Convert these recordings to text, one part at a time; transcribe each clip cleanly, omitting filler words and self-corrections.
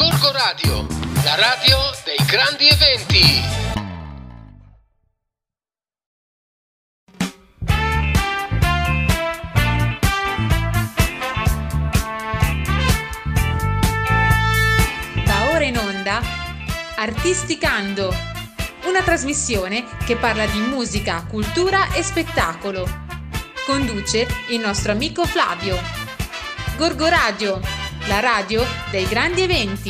Gorgo Radio, la radio dei grandi eventi. Va ora in onda Artisticando, una trasmissione che parla di musica, cultura e spettacolo. Conduce il nostro amico Flavio. Gorgo Radio, la radio dei grandi eventi.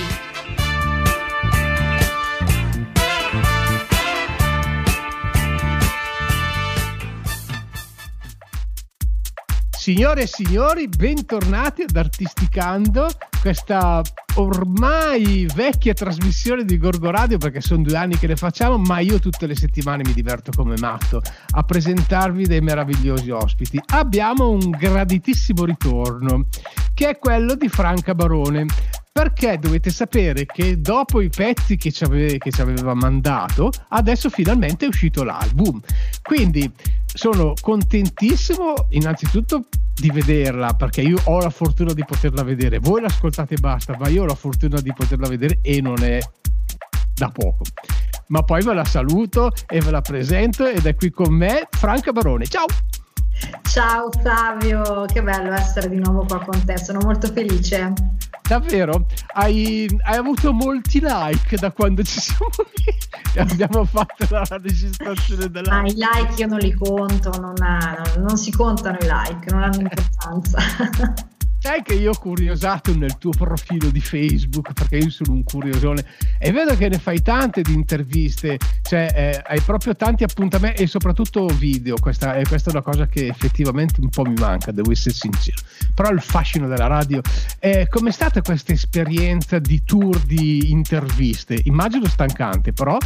Signore e signori, bentornati ad Artisticando, questa ormai vecchia trasmissione di Gorgo Radio, perché sono 2 anni che le facciamo, ma io tutte le settimane mi diverto come matto a presentarvi dei meravigliosi ospiti. Abbiamo un graditissimo ritorno, che è quello di Franca Barone, perché dovete sapere che dopo i pezzi che ci aveva mandato, adesso finalmente è uscito l'album. Quindi sono contentissimo innanzitutto di vederla, perché io ho la fortuna di poterla vedere. Voi l'ascoltate e basta, ma io ho la fortuna di poterla vedere e non è da poco. Ma poi ve la saluto e ve la presento, ed è qui con me Franca Barone. Ciao! Ciao Flavio, che bello essere di nuovo qua con te, sono molto felice. Davvero? Hai avuto molti like da quando ci siamo lì? Abbiamo fatto la registrazione della... I like io non li conto, non si contano i like, non hanno importanza. Sai che io ho curiosato nel tuo profilo di Facebook, perché io sono un curiosone, e vedo che ne fai tante di interviste, cioè hai proprio tanti appuntamenti e soprattutto video. Questa è una cosa che effettivamente un po' mi manca, devo essere sincero, però il fascino della radio. Com'è stata questa esperienza di tour di interviste? Immagino stancante, però...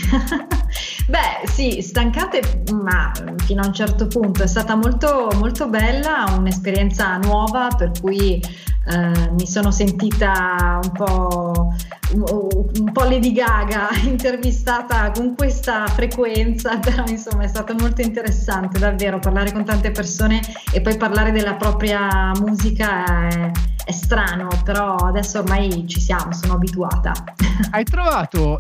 Beh sì, stancante, ma fino a un certo punto è stata molto, molto bella, un'esperienza nuova, per cui mi sono sentita un po' Lady Gaga intervistata con questa frequenza, però insomma è stato molto interessante davvero parlare con tante persone e poi parlare della propria musica è strano, però adesso ormai ci siamo, sono abituata. Hai trovato,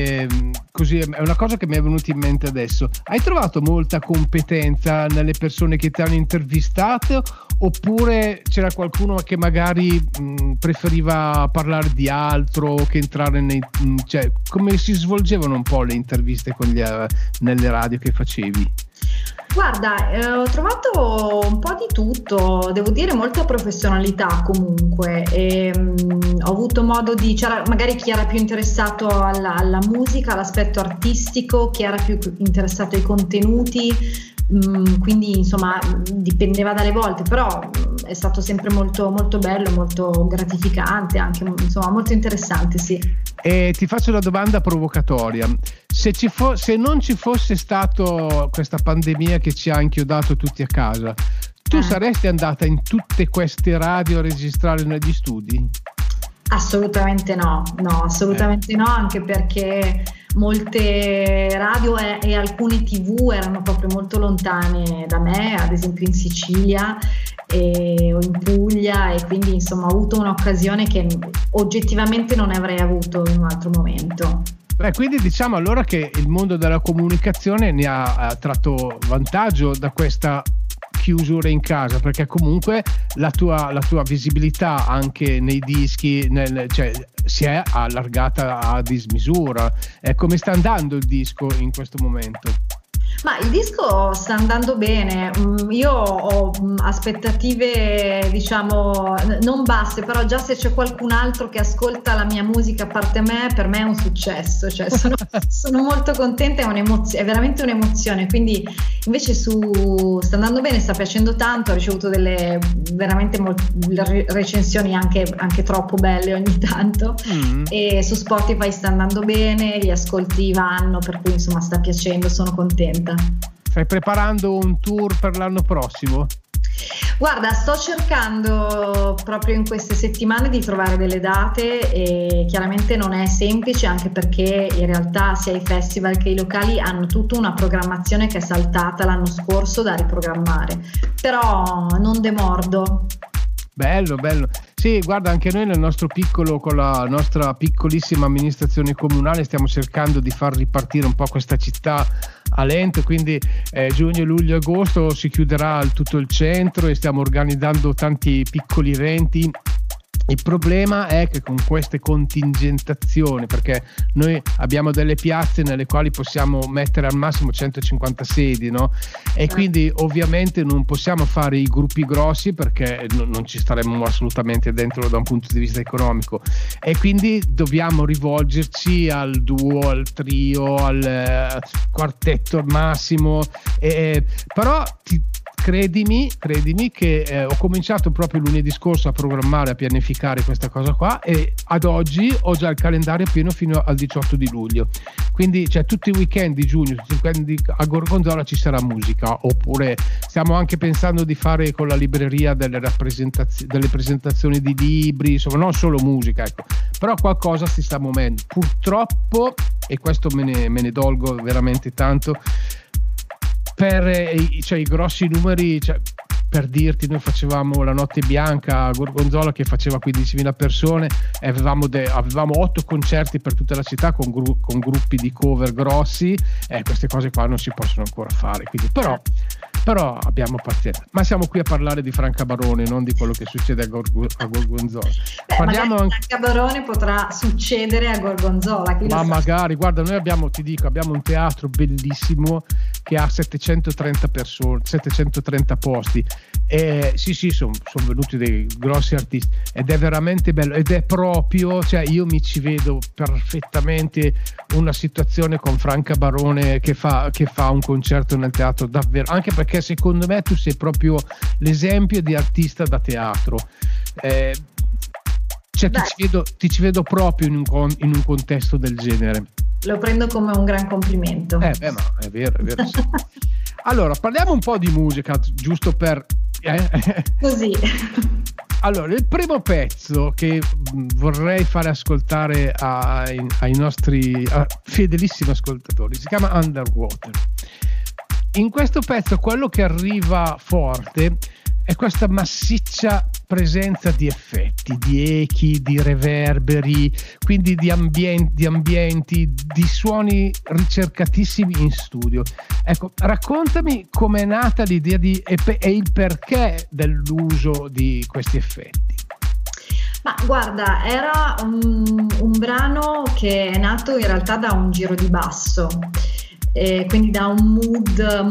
così è una cosa che mi è venuta in mente adesso, hai trovato molta competenza nelle persone che ti hanno intervistato, oppure c'era qualcuno che magari preferiva parlare di altro che entrare cioè come si svolgevano un po' le interviste nelle radio che facevi? Guarda, ho trovato un po' di tutto, devo dire molta professionalità comunque, e ho avuto modo c'era magari chi era più interessato alla musica, all'aspetto artistico, chi era più interessato ai contenuti, quindi insomma dipendeva dalle volte, però è stato sempre molto, molto bello, molto gratificante, anche insomma molto interessante, sì. E ti faccio una domanda provocatoria: se non ci fosse stato questa pandemia che ci ha inchiodato tutti a casa, tu saresti andata in tutte queste radio a registrare negli studi? Assolutamente no, assolutamente no, anche perché molte radio e alcune TV erano proprio molto lontane da me, ad esempio in Sicilia o in Puglia, e quindi insomma ho avuto un'occasione che oggettivamente non avrei avuto in un altro momento. Beh, quindi diciamo allora che il mondo della comunicazione ne ha tratto vantaggio da questa chiusura in casa, perché comunque la tua visibilità anche nei dischi cioè, si è allargata a dismisura. Come sta andando il disco in questo momento? Ma il disco sta andando bene, io ho aspettative diciamo non basse, però già se c'è qualcun altro che ascolta la mia musica a parte me, per me è un successo, cioè sono molto contenta, è veramente un'emozione, quindi invece sta andando bene, sta piacendo tanto, ho ricevuto delle veramente recensioni anche troppo belle ogni tanto, e su Spotify sta andando bene, gli ascolti vanno, per cui insomma sta piacendo, sono contenta. Stai preparando un tour per l'anno prossimo? Guarda, sto cercando proprio in queste settimane di trovare delle date, e chiaramente non è semplice, anche perché in realtà sia i festival che i locali hanno tutta una programmazione che è saltata l'anno scorso da riprogrammare, però non demordo. Bello. Sì, guarda, anche noi nel nostro piccolo, con la nostra piccolissima amministrazione comunale, stiamo cercando di far ripartire un po' questa città a lento, quindi giugno, luglio, agosto si chiuderà tutto il centro e stiamo organizzando tanti piccoli eventi. Il problema è che con queste contingentazioni, perché noi abbiamo delle piazze nelle quali possiamo mettere al massimo 150 sedi, no? E quindi ovviamente non possiamo fare i gruppi grossi perché non ci staremmo assolutamente dentro da un punto di vista economico, e quindi dobbiamo rivolgerci al duo, al trio, al quartetto al massimo, però credimi che ho cominciato proprio lunedì scorso a programmare, a pianificare questa cosa qua, e ad oggi ho già il calendario pieno fino al 18 di luglio, quindi cioè tutti i weekend di giugno, tutti i weekend a Gorgonzola ci sarà musica, oppure stiamo anche pensando di fare con la libreria delle presentazioni di libri, insomma non solo musica, ecco, però qualcosa si sta muovendo purtroppo, e questo me ne dolgo veramente tanto. Per i grossi numeri, per dirti, noi facevamo la Notte Bianca a Gorgonzola che faceva 15.000 persone e avevamo 8 concerti per tutta la città con gruppi di cover grossi, e queste cose qua non si possono ancora fare, quindi però abbiamo pazienza. Ma siamo qui a parlare di Franca Barone, non di quello che succede a Gorgonzola. Parliamo Franca Barone potrà succedere a Gorgonzola, ma magari, guarda, noi abbiamo un teatro bellissimo che ha 730 persone, 730 posti, e sì, sono venuti dei grossi artisti ed è veramente bello, ed è proprio, cioè io mi ci vedo perfettamente una situazione con Franca Barone che fa un concerto nel teatro, davvero, anche perché secondo me tu sei proprio l'esempio di artista da teatro, ti ci vedo proprio in un contesto del genere. Lo prendo come un gran complimento. Ma è vero sì. Allora, parliamo un po' di musica, giusto per così. Allora, il primo pezzo che vorrei fare ascoltare ai nostri fedelissimi ascoltatori si chiama Underwater. In questo pezzo quello che arriva forte è questa massiccia presenza di effetti, di echi, di reverberi, quindi di ambienti, di suoni ricercatissimi in studio. Ecco, raccontami com'è nata l'idea e il perché dell'uso di questi effetti. Ma guarda, era un brano che è nato in realtà da un giro di basso. Quindi da un mood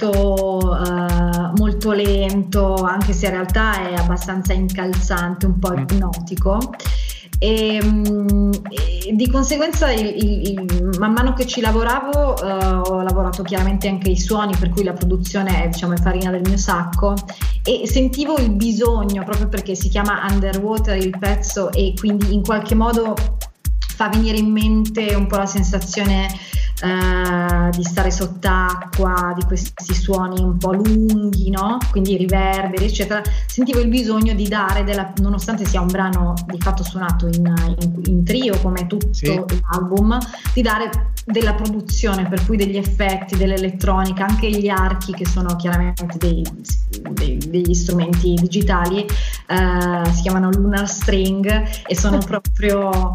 molto lento, anche se in realtà è abbastanza incalzante, un po' ipnotico, e di conseguenza man mano che ci lavoravo ho lavorato chiaramente anche i suoni, per cui la produzione è farina del mio sacco, e sentivo il bisogno, proprio perché si chiama Underwater il pezzo e quindi in qualche modo fa venire in mente un po' la sensazione di stare sott'acqua, di questi suoni un po' lunghi, no? Quindi riverberi eccetera. Sentivo il bisogno di dare nonostante sia un brano di fatto suonato in trio come tutto l'album, di dare della produzione, per cui degli effetti, dell'elettronica, anche gli archi che sono chiaramente degli strumenti digitali, si chiamano Lunar String e sono proprio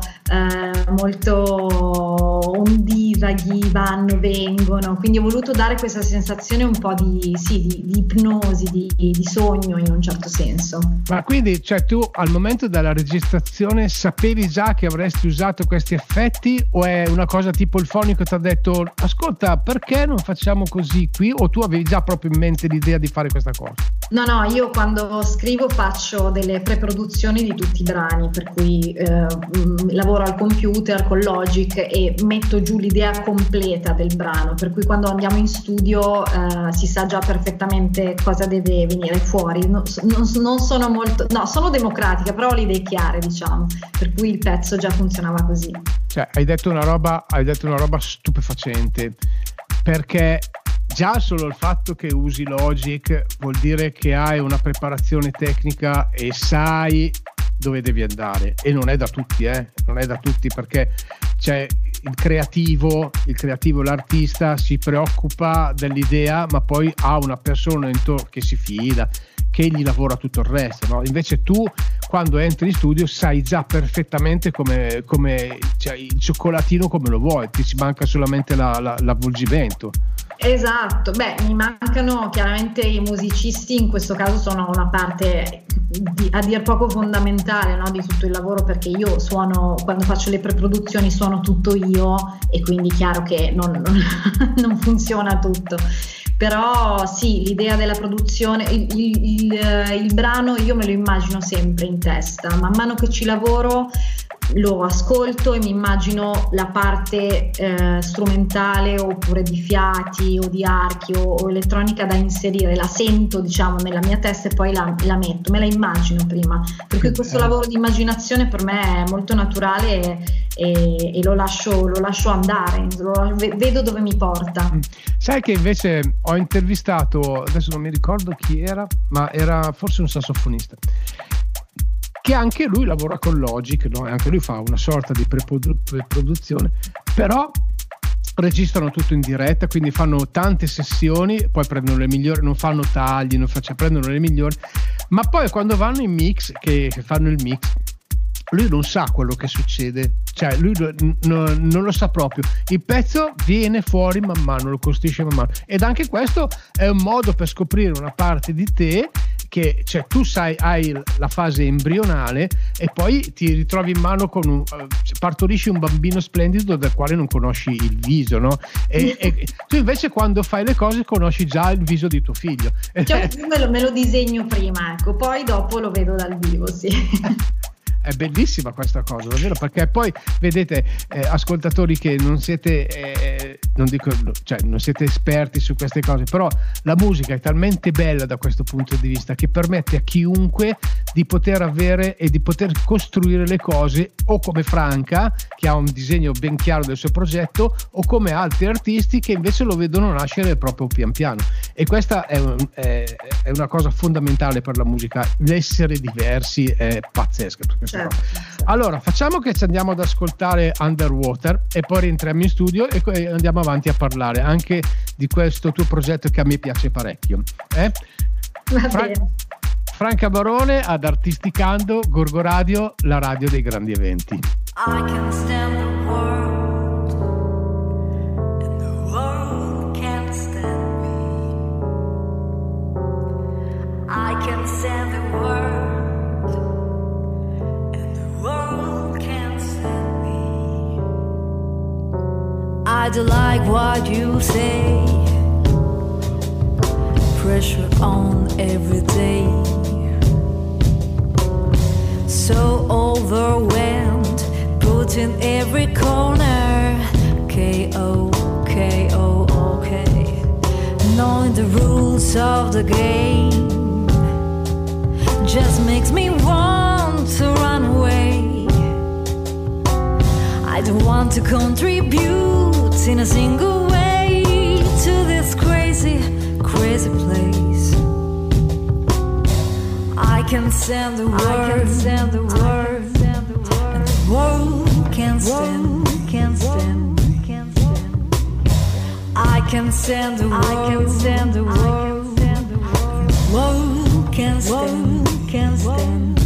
molto ondivaghi, vanno, vengono, quindi ho voluto dare questa sensazione un po' di ipnosi, di sogno in un certo senso. Ma quindi, tu al momento della registrazione sapevi già che avresti usato questi effetti, o è una cosa tipo il fonico ti ha detto ascolta, perché non facciamo così qui, o tu avevi già proprio in mente l'idea di fare questa cosa? No, io quando scrivo faccio delle preproduzioni di tutti i brani, per cui lavoro al computer con Logic e metto giù l'idea completa del brano, per cui quando andiamo in studio si sa già perfettamente cosa deve venire fuori. Non sono molto, sono democratica, però ho le idee chiare, per cui il pezzo già funzionava così. Hai detto una roba stupefacente, perché già solo il fatto che usi Logic vuol dire che hai una preparazione tecnica e sai dove devi andare, e non è da tutti, perché c'è il creativo, l'artista si preoccupa dell'idea, ma poi ha una persona intorno che si fida, che egli lavora tutto il resto, no? Invece tu quando entri in studio sai già perfettamente come cioè, il cioccolatino come lo vuoi, ti ci manca solamente l'avvolgimento. Esatto, mi mancano chiaramente i musicisti, in questo caso sono una parte a dir poco fondamentale, no, di tutto il lavoro, perché io suono, quando faccio le preproduzioni suono tutto io e quindi chiaro che non funziona tutto. Però sì, l'idea della produzione, il brano io me lo immagino sempre in testa, man mano che ci lavoro lo ascolto e mi immagino la parte strumentale oppure di fiati o di archi o elettronica da inserire, la sento diciamo nella mia testa e poi la metto, me la immagino prima, per cui questo lavoro di immaginazione per me è molto naturale e lo lascio andare, vedo dove mi porta. Sai che invece ho intervistato, adesso non mi ricordo chi era, ma era forse un sassofonista, che anche lui lavora con Logic, no? Anche lui fa una sorta di preproduzione, però registrano tutto in diretta, quindi fanno tante sessioni, poi prendono le migliori, non fanno tagli, prendono le migliori, ma poi quando vanno in mix, che fanno il mix, lui non sa quello che succede, cioè lui non lo sa proprio, il pezzo viene fuori man mano, lo costruisce man mano, ed anche questo è un modo per scoprire una parte di te che, cioè, tu hai la fase embrionale e poi ti ritrovi in mano con partorisci un bambino splendido del quale non conosci il viso, no? E tu invece quando fai le cose conosci già il viso di tuo figlio, cioè, me lo disegno prima, ecco, poi dopo lo vedo dal vivo, sì. È bellissima questa cosa, davvero, perché poi vedete, ascoltatori che non siete non siete esperti su queste cose, però la musica è talmente bella da questo punto di vista che permette a chiunque di poter avere e di poter costruire le cose, o come Franca che ha un disegno ben chiaro del suo progetto, o come altri artisti che invece lo vedono nascere proprio pian piano, e questa è una cosa fondamentale per la musica, l'essere diversi è pazzesca. Certo. Allora facciamo che ci andiamo ad ascoltare Underwater e poi rientriamo in studio e andiamo avanti a parlare anche di questo tuo progetto che a me piace parecchio. Franca Barone ad Artisticando, Gorgo Radio, la radio dei grandi eventi. I can stand the world and the world can't stand me. I can stand the world world can't stand me. I don't like what you say. Pressure on every day. So overwhelmed, put in every corner. K.O. K.O. okay. Knowing the rules of the game just makes me want to run away. I don't want to contribute in a single way to this crazy, crazy place. I can stand the word, and the world can't stand, can't stand, can't stand. I can stand the world, world can't stand, can't stand.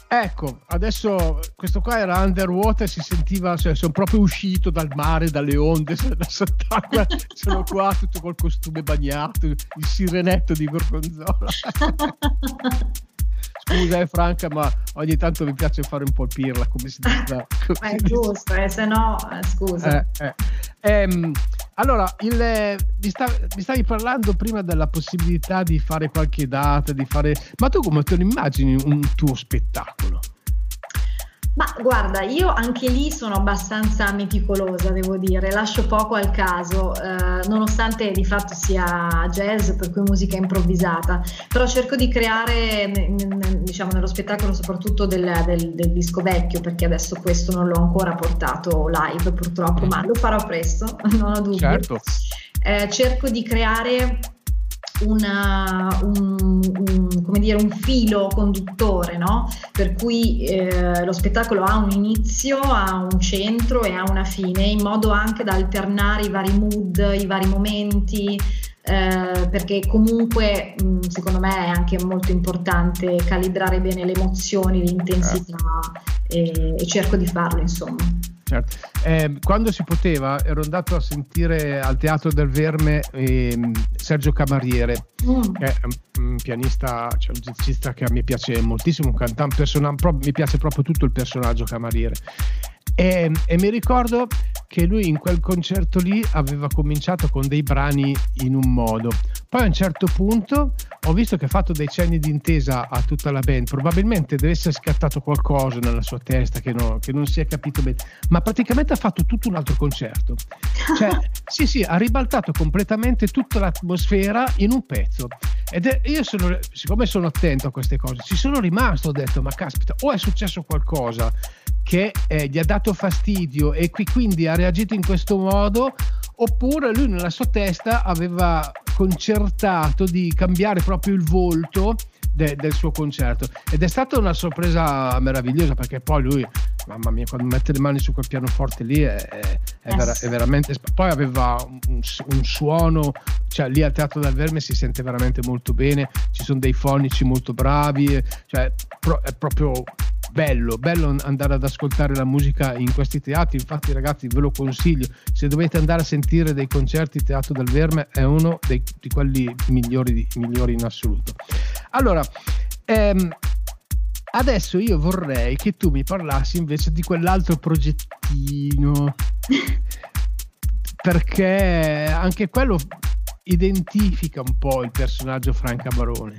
Ecco, adesso questo qua era underwater, si sentiva, cioè sono proprio uscito dal mare, dalle onde, da sott'acqua, sono qua tutto col costume bagnato, il sirenetto di Gorgonzola. Scusa Franca, ma ogni tanto mi piace fare un po' il pirla, come si dice. È giusto, se no, scusa. Allora, mi stavi parlando prima della possibilità di fare qualche data, ma tu come te lo immagini un tuo spettacolo? Ma guarda, io anche lì sono abbastanza meticolosa, devo dire, lascio poco al caso, nonostante di fatto sia jazz, per cui musica improvvisata, però cerco di creare, diciamo, nello spettacolo soprattutto del disco vecchio, perché adesso questo non l'ho ancora portato live purtroppo, ma lo farò presto, non ho dubbio. Certo. Cerco di creare un filo conduttore, no? Per cui lo spettacolo ha un inizio, ha un centro e ha una fine, in modo anche da alternare i vari mood, i vari momenti, perché comunque secondo me è anche molto importante calibrare bene le emozioni, l'intensità, e cerco di farlo, insomma. Certo. Quando si poteva ero andato a sentire al Teatro del Verme Sergio Camariere, che è un pianista, cioè un jazzista che a me piace moltissimo, un cantante, mi piace proprio tutto il personaggio Camariere, e mi ricordo che lui in quel concerto lì aveva cominciato con dei brani in un modo, poi a un certo punto ho visto che ha fatto dei cenni d'intesa a tutta la band, probabilmente deve essere scattato qualcosa nella sua testa che non si è capito bene, ma praticamente ha fatto tutto un altro concerto, cioè sì, ha ribaltato completamente tutta l'atmosfera in un pezzo, io siccome sono attento a queste cose, ci sono rimasto, ho detto ma caspita, o è successo qualcosa che gli ha dato fastidio e quindi ha reagito in questo modo, oppure lui nella sua testa aveva concertato di cambiare proprio il volto del suo concerto, ed è stata una sorpresa meravigliosa, perché poi lui, mamma mia, quando mette le mani su quel pianoforte lì è veramente, poi aveva un suono, cioè lì al Teatro del Verme si sente veramente molto bene, ci sono dei fonici molto bravi, cioè è proprio bello andare ad ascoltare la musica in questi teatri. Infatti ragazzi, ve lo consiglio, se dovete andare a sentire dei concerti, Teatro del Verme è uno di quelli migliori in assoluto. Allora, adesso io vorrei che tu mi parlassi invece di quell'altro progettino, perché anche quello identifica un po' il personaggio Franca Barone.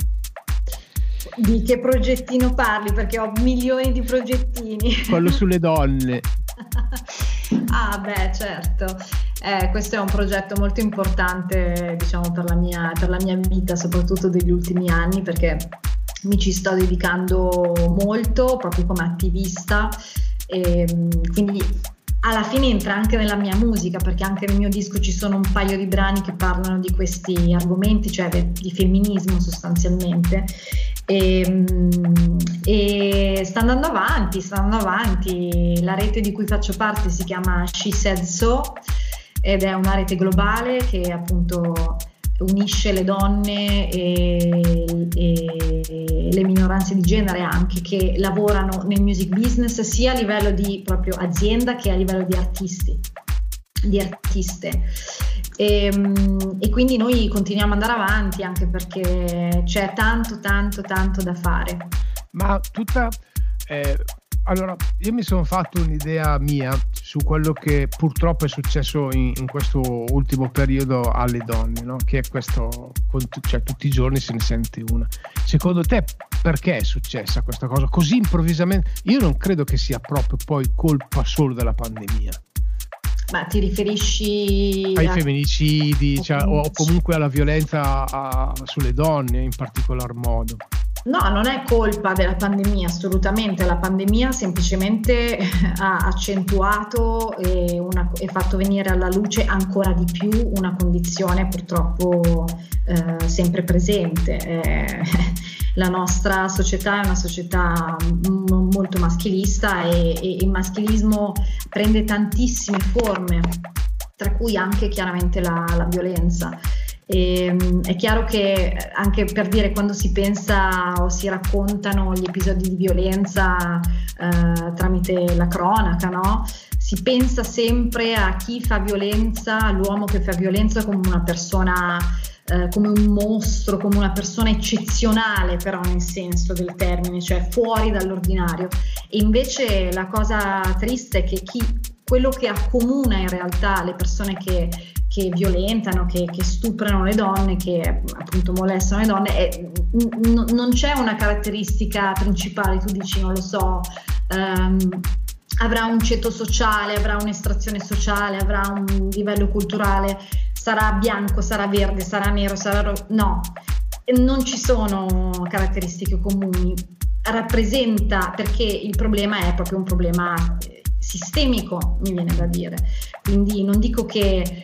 Di che progettino parli? Perché ho milioni di progettini. Quello sulle donne. Ah beh, certo. Questo è un progetto molto importante, diciamo, per la mia vita, soprattutto degli ultimi anni, perché mi ci sto dedicando molto proprio come attivista, e quindi alla fine entra anche nella mia musica, perché anche nel mio disco ci sono un paio di brani che parlano di questi argomenti, cioè di femminismo sostanzialmente, e sta andando avanti. La rete di cui faccio parte si chiama She Said So ed è una rete globale che appunto unisce le donne e le minoranze di genere anche, che lavorano nel music business sia a livello di proprio azienda che a livello di artiste. E quindi noi continuiamo ad andare avanti, anche perché c'è tanto da fare. Ma allora, io mi sono fatto un'idea mia su quello che purtroppo è successo in questo ultimo periodo alle donne, no? Che è questo, cioè tutti i giorni se ne sente una. Secondo te perché è successa questa cosa così improvvisamente? Io non credo che sia proprio poi colpa solo della pandemia. Ma ti riferisci ai femminicidi, cioè, o comunque alla violenza sulle donne in particolar modo? No, non è colpa della pandemia, assolutamente. La pandemia semplicemente ha accentuato e fatto venire alla luce ancora di più una condizione purtroppo sempre presente. La nostra società è una società molto maschilista e il maschilismo prende tantissime forme, tra cui anche chiaramente la violenza. È chiaro che anche per dire, quando si pensa o si raccontano gli episodi di violenza tramite la cronaca, no? Si pensa sempre a chi fa violenza, all'uomo che fa violenza, come una persona, come un mostro, come una persona eccezionale, però nel senso del termine, cioè fuori dall'ordinario. E invece la cosa triste è che quello che accomuna in realtà le persone che violentano, che stuprano le donne, che appunto molestano le donne, non c'è una caratteristica principale. Tu dici, non lo so, avrà un ceto sociale, avrà un'estrazione sociale, avrà un livello culturale, sarà bianco, sarà verde, sarà nero, no, non ci sono caratteristiche comuni. Rappresenta, perché il problema è proprio un problema sistemico, mi viene da dire. Quindi non dico che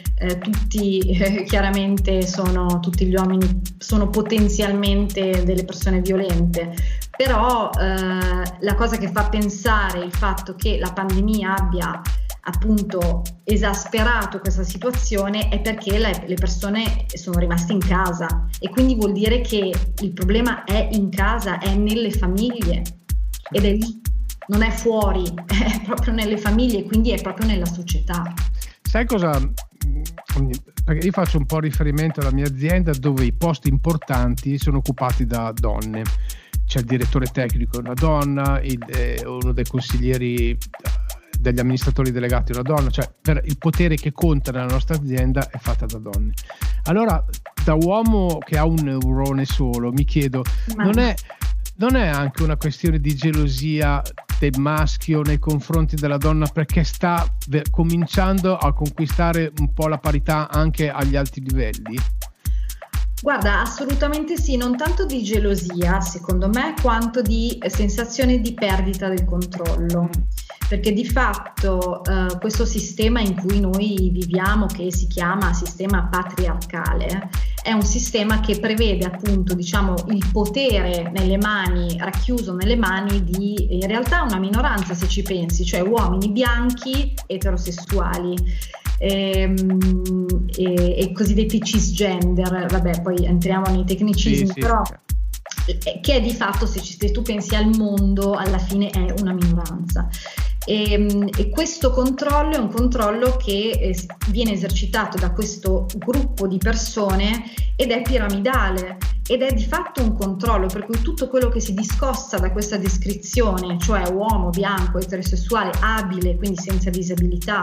chiaramente tutti gli uomini sono potenzialmente delle persone violente, però la cosa che fa pensare il fatto che la pandemia abbia appunto esasperato questa situazione è perché le persone sono rimaste in casa, e quindi vuol dire che il problema è in casa, è nelle famiglie, ed è lì, non è fuori, è proprio nelle famiglie, quindi è proprio nella società. Sai cosa? Perché io faccio un po' riferimento alla mia azienda, dove i posti importanti sono occupati da donne. C'è il direttore tecnico, una donna, uno dei consiglieri, degli amministratori delegati, una donna, cioè il potere che conta nella nostra azienda è fatta da donne. Allora, da uomo che ha un neurone solo, mi chiedo, non è anche una questione di gelosia del maschio nei confronti della donna, perché sta cominciando a conquistare un po' la parità anche agli alti livelli? Guarda, assolutamente sì, non tanto di gelosia, secondo me, quanto di sensazione di perdita del controllo. Perché di fatto questo sistema in cui noi viviamo, che si chiama sistema patriarcale, è un sistema che prevede appunto, diciamo, il potere nelle mani, racchiuso nelle mani di, in realtà, una minoranza, se ci pensi, cioè uomini bianchi eterosessuali e cosiddetti cisgender. Vabbè, poi entriamo nei tecnicismi, sì, però che è di fatto, se tu pensi al mondo, alla fine è una minoranza. E questo controllo è un controllo che viene esercitato da questo gruppo di persone, ed è piramidale, ed è di fatto un controllo per cui tutto quello che si discosta da questa descrizione, cioè uomo, bianco, eterosessuale, abile, quindi senza disabilità,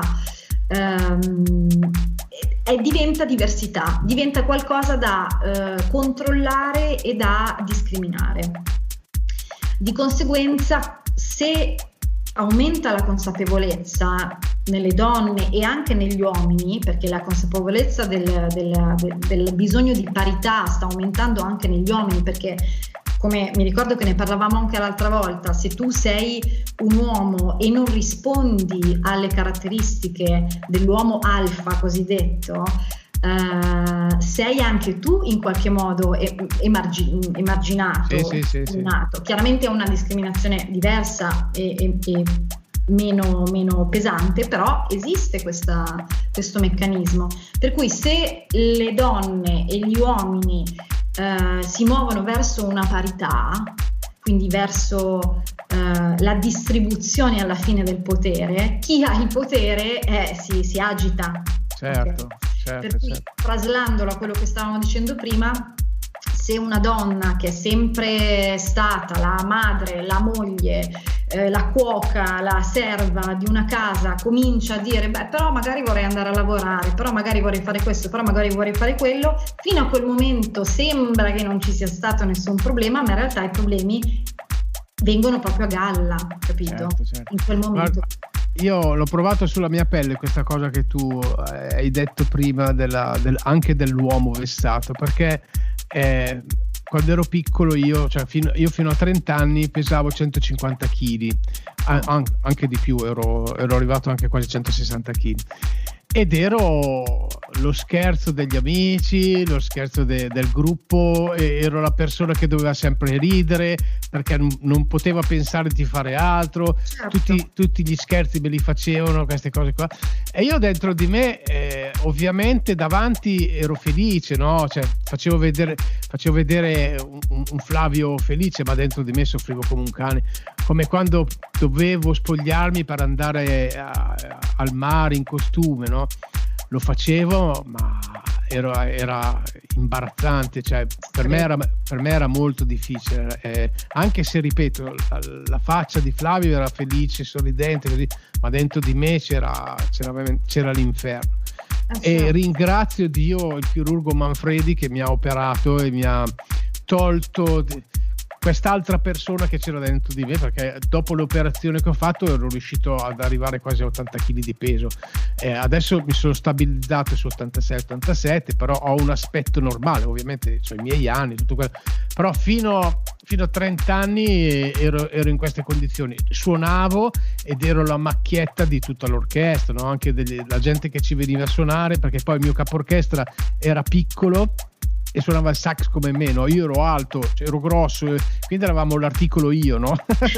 diventa diversità, diventa qualcosa da controllare e da discriminare. Di conseguenza, se aumenta la consapevolezza nelle donne e anche negli uomini, perché la consapevolezza del bisogno di parità sta aumentando anche negli uomini, perché, come mi ricordo che ne parlavamo anche l'altra volta, se tu sei un uomo e non rispondi alle caratteristiche dell'uomo alfa cosiddetto, sei anche tu in qualche modo emarginato, sì. Chiaramente è una discriminazione diversa e meno pesante, però esiste questo meccanismo, per cui se le donne e gli uomini si muovono verso una parità, quindi verso la distribuzione alla fine del potere, chi ha il potere si agita. Certo, okay? Per cui, traslandolo a quello che stavamo dicendo prima, se una donna che è sempre stata la madre, la moglie, la cuoca, la serva di una casa, comincia a dire però magari vorrei andare a lavorare, però magari vorrei fare questo, però magari vorrei fare quello, fino a quel momento sembra che non ci sia stato nessun problema, ma in realtà i problemi vengono proprio a galla, capito? Certo. In quel momento. Guarda, io l'ho provato sulla mia pelle questa cosa che tu hai detto prima anche dell'uomo vessato, perché quando ero piccolo io fino a 30 anni pesavo 150 kg, anche di più, ero arrivato anche quasi 160 kg, ed ero lo scherzo degli amici, lo scherzo del gruppo, ero la persona che doveva sempre ridere perché non poteva pensare di fare altro. Certo. Tutti gli scherzi me li facevano, queste cose qua, e io dentro di me ovviamente davanti ero felice, no? Cioè, facevo vedere un Flavio felice, ma dentro di me soffrivo come un cane, come quando dovevo spogliarmi per andare al mare in costume, no? Lo facevo, ma era imbarazzante, cioè per me era molto difficile, anche se, ripeto, la faccia di Flavio era felice, sorridente, così, ma dentro di me c'era l'inferno. E ringrazio Dio, il chirurgo Manfredi, che mi ha operato e mi ha tolto quest'altra persona che c'era dentro di me, perché dopo l'operazione che ho fatto ero riuscito ad arrivare quasi a 80 kg di peso. Adesso mi sono stabilizzato su 86-87, però ho un aspetto normale, ovviamente ho i miei anni, tutto quello, però fino a 30 anni ero in queste condizioni, suonavo ed ero la macchietta di tutta l'orchestra, no? Anche la gente che ci veniva a suonare, perché poi il mio capo orchestra era piccolo e suonava il sax come me, no? Io ero alto, cioè ero grosso, quindi eravamo l'articolo io, no?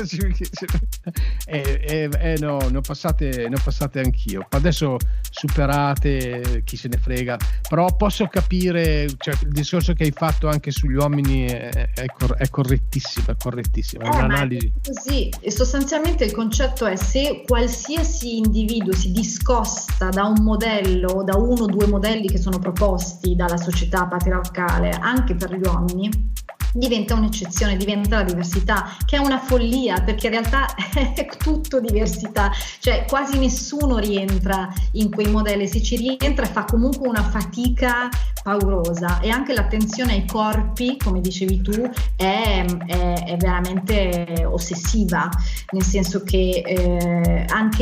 No, ne ho passate anch'io. Adesso superate, chi se ne frega, però posso capire, cioè, il discorso che hai fatto anche sugli uomini è correttissimo, è un'analisi. Così, e sostanzialmente il concetto è: se qualsiasi individuo si discosta da un modello o da uno o due modelli che sono proposti dalla società patriarcale, anche per gli uomini, diventa un'eccezione, diventa la diversità, che è una follia, perché in realtà è tutto diversità, cioè quasi nessuno rientra in quei modelli, se ci rientra fa comunque una fatica paurosa, e anche l'attenzione ai corpi, come dicevi tu, è veramente ossessiva, nel senso che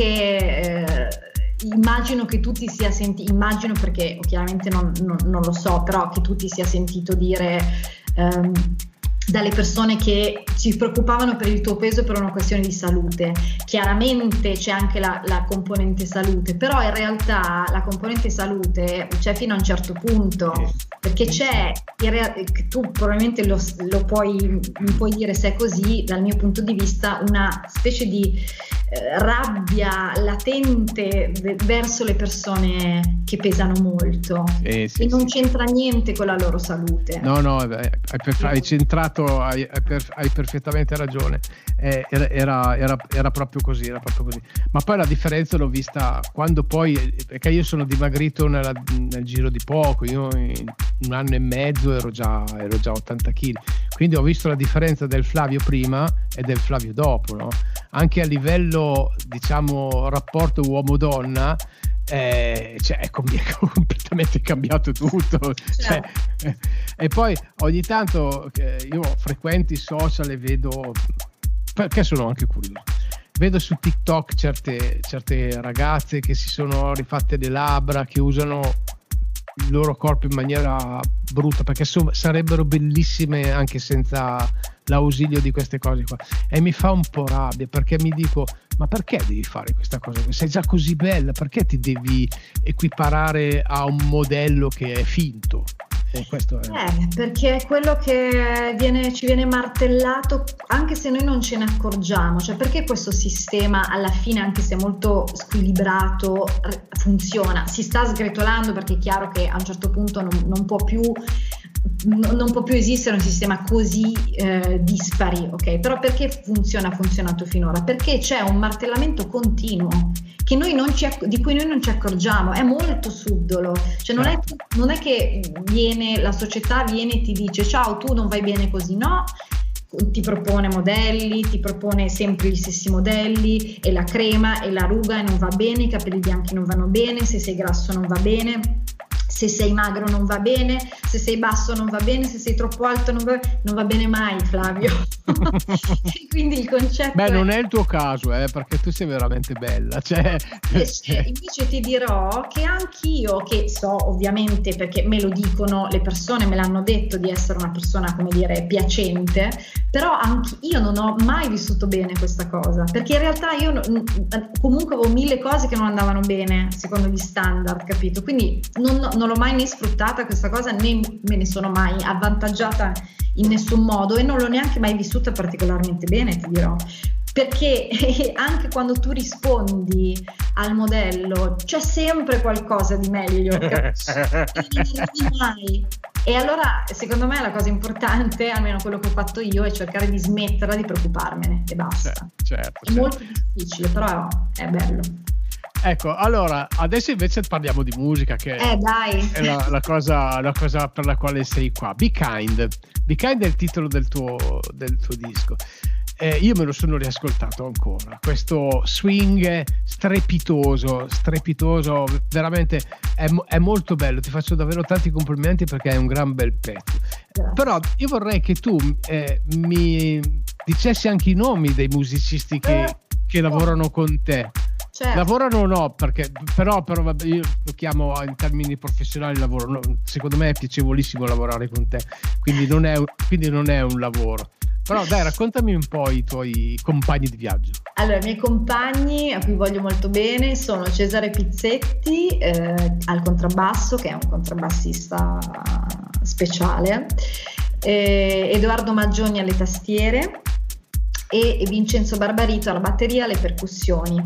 immagino che tu ti sia sentito, immagino perché chiaramente non lo so, però che tu ti sia sentito dire dalle persone che si preoccupavano per il tuo peso per una questione di salute. Chiaramente c'è anche la componente salute, però in realtà la componente salute c'è fino a un certo punto, perché c'è, tu probabilmente mi puoi dire se è così, dal mio punto di vista, una specie di rabbia latente verso le persone che pesano molto, e non c'entra niente con la loro salute. No, hai centrato, hai perfettamente ragione, era proprio così, ma poi la differenza l'ho vista quando poi, perché io sono dimagrito nel giro di poco, io in un anno e mezzo ero già 80 kg, quindi ho visto la differenza del Flavio prima e del Flavio dopo, no? Anche a livello, diciamo, rapporto uomo-donna, è completamente cambiato tutto, cioè, e poi ogni tanto io frequento i social e vedo, perché sono anche curioso, vedo su TikTok certe ragazze che si sono rifatte le labbra, che usano il loro corpo in maniera brutta, perché sarebbero bellissime anche senza l'ausilio di queste cose qua, e mi fa un po' rabbia, perché mi dico: ma perché devi fare questa cosa? Sei già così bella, perché ti devi equiparare a un modello che è finto? Questo è... perché è quello che ci viene martellato, anche se noi non ce ne accorgiamo, cioè perché questo sistema alla fine, anche se molto squilibrato, funziona, si sta sgretolando, perché è chiaro che a un certo punto non può più esistere un sistema così dispari, ok? Però perché ha funzionato finora? Perché c'è un martellamento continuo che di cui noi non ci accorgiamo, è molto subdolo, cioè non è che la società viene e ti dice: ciao, tu non vai bene così, no? Ti propone modelli, ti propone sempre gli stessi modelli, e la crema e la ruga e non va bene, i capelli bianchi non vanno bene, se sei grasso non va bene, se sei magro non va bene, se sei basso non va bene, se sei troppo alto non va bene mai, Flavio. Quindi il concetto non è il tuo caso, perché tu sei veramente bella, cioè... invece ti dirò che anch'io, che so ovviamente, perché me lo dicono le persone, me l'hanno detto di essere una persona, come dire, piacente, però anche io non ho mai vissuto bene questa cosa, perché in realtà io comunque avevo 1000 cose che non andavano bene secondo gli standard, capito? Quindi non l'ho mai né sfruttata questa cosa, né me ne sono mai avvantaggiata in nessun modo, e non l'ho neanche mai vissuta particolarmente bene, ti dirò. perché anche quando tu rispondi al modello c'è sempre qualcosa di meglio, capisci? Mai. E allora secondo me la cosa importante, almeno quello che ho fatto io, è cercare di smetterla di preoccuparmene e basta. Certo. È molto difficile, però è bello. Ecco, allora adesso invece parliamo di musica, che dai. è la cosa per la quale sei qua. Be Kind. Be Kind è il titolo del tuo disco. Io me lo sono riascoltato ancora, questo swing strepitoso, veramente è molto bello, ti faccio davvero tanti complimenti perché è un gran bel pezzo. Grazie. Però io vorrei che tu mi dicessi anche i nomi dei musicisti che lavorano con te. Certo. Lavorano o no? Però io lo chiamo in termini professionali lavoro. No, secondo me è piacevolissimo lavorare con te, quindi non è un lavoro. Però dai, raccontami un po' i tuoi compagni di viaggio. Allora, i miei compagni, a cui voglio molto bene, sono Cesare Pizzetti al contrabbasso, che è un contrabbassista speciale, Edoardo Maggioni alle tastiere e Vincenzo Barbarito alla batteria e alle percussioni.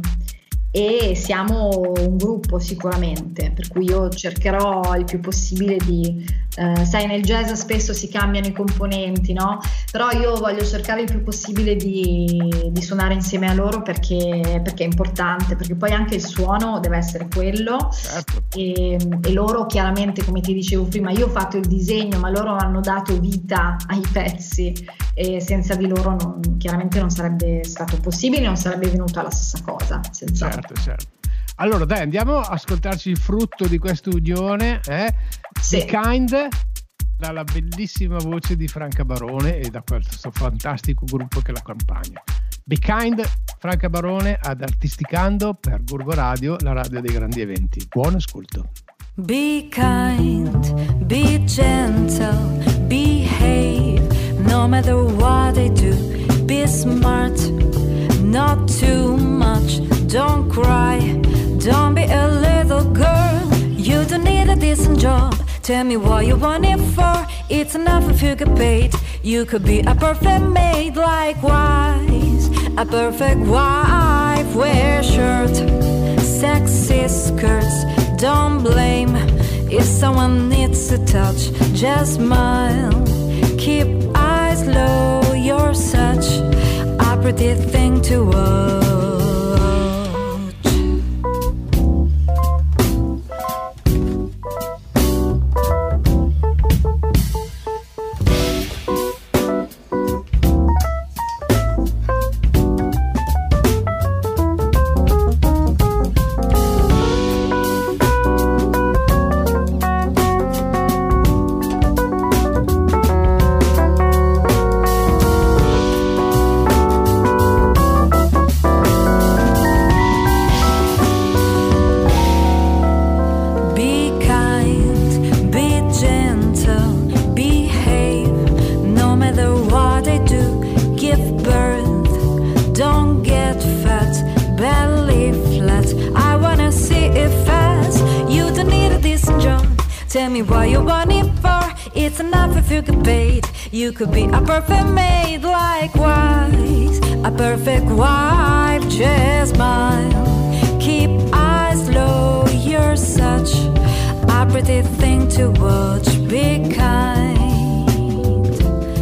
E siamo un gruppo sicuramente, per cui io cercherò il più possibile di sai, nel jazz spesso si cambiano i componenti, no? Però io voglio cercare il più possibile di suonare insieme a loro perché è importante, perché poi anche il suono deve essere quello. Certo. E loro chiaramente, come ti dicevo prima, io ho fatto il disegno, ma loro hanno dato vita ai pezzi e senza di loro chiaramente non sarebbe stato possibile, non sarebbe venuta la stessa cosa, senz'altro. Certo. Allora dai, andiamo a ascoltarci il frutto di questa unione, Sì. Be Kind, dalla bellissima voce di Franca Barone e da questo fantastico gruppo che l'accompagna. Be Kind, Franca Barone ad Artisticando per Gorgo Radio, la radio dei grandi eventi. Buon ascolto. Be kind, be gentle, behave, no matter what they do. Be smart, not too much, don't cry, don't be a little girl. You don't need a decent job, tell me what you want it for. It's enough if you get paid. You could be a perfect maid, likewise a perfect wife. Wear shirt, sexy skirts, don't blame if someone needs a touch. Just smile, keep eyes low. You're such a pretty thing to watch. Tell me what you want it for. It's enough if you get paid. You could be a perfect maid, likewise a perfect wife. Just smile, keep eyes low. You're such a pretty thing to watch. Be kind,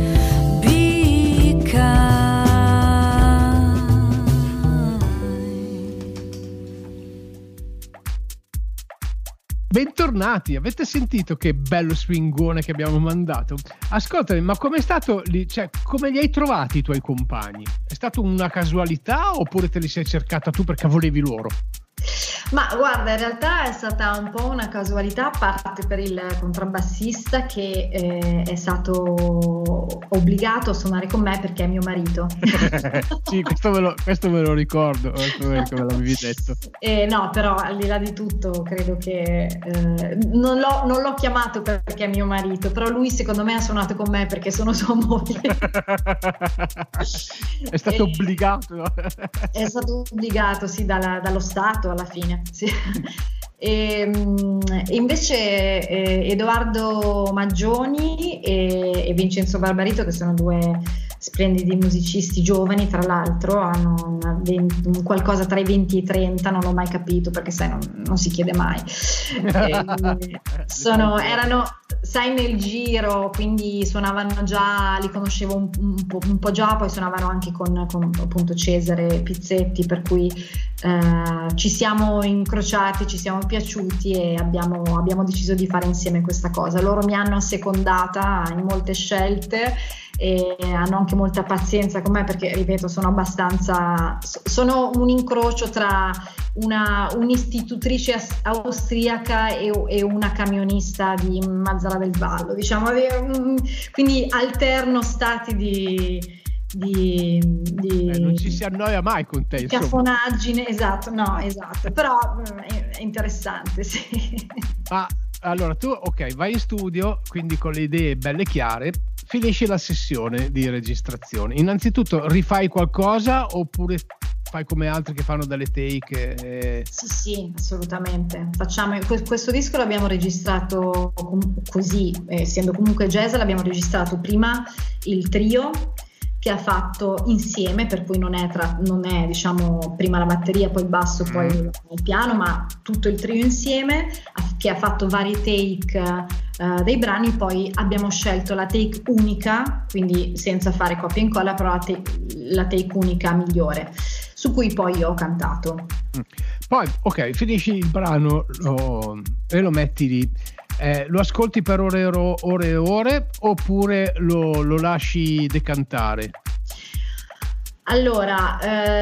be kind. Bentornati, avete sentito che bello swingone che abbiamo mandato? Ascoltami, ma com'è stato lì? Cioè, come li hai trovati i tuoi compagni? È stata una casualità oppure te li sei cercata tu perché volevi loro? Ma guarda, in realtà è stata un po' una casualità, a parte per il contrabbassista che è stato obbligato a suonare con me perché è mio marito. Sì, questo me lo ricordo, me l'avevi detto. No, però al di là di tutto credo che non l'ho chiamato perché è mio marito, però lui secondo me ha suonato con me perché sono sua moglie. È stato obbligato. È stato obbligato, sì, dallo Stato alla fine. Sì. E invece Edoardo Maggioni e Vincenzo Barbarito, che sono due splendidi musicisti giovani, tra l'altro hanno qualcosa tra i 20 e i 30, non l'ho mai capito perché sai non si chiede mai. Erano sai nel giro, quindi suonavano già, li conoscevo un po' già, poi suonavano anche con appunto Cesare Pizzetti, per cui ci siamo incrociati, ci siamo piaciuti e abbiamo deciso di fare insieme questa cosa. Loro mi hanno assecondata in molte scelte e hanno anche molta pazienza con me perché, ripeto, sono un incrocio tra un'istitutrice austriaca e una camionista di Mazara del Vallo, diciamo, quindi alterno stati di non ci si annoia mai con te, insomma. Cafonaggine, esatto, però è interessante, sì. Ma allora tu, ok, vai in studio, quindi con le idee belle chiare, finisci la sessione di registrazione. Innanzitutto rifai qualcosa oppure fai come altri che fanno delle take? Sì, assolutamente. Questo disco l'abbiamo registrato così, essendo comunque jazz, l'abbiamo registrato prima il trio che ha fatto insieme, per cui non è diciamo prima la batteria, poi il basso, poi il piano, ma tutto il trio insieme, che ha fatto varie take dei brani. Poi abbiamo scelto la take unica, quindi senza fare copia e incolla, però la take unica migliore, su cui poi io ho cantato. Poi ok, finisci il brano e lo metti lì. Lo ascolti per ore e ore oppure lo lasci decantare? Allora,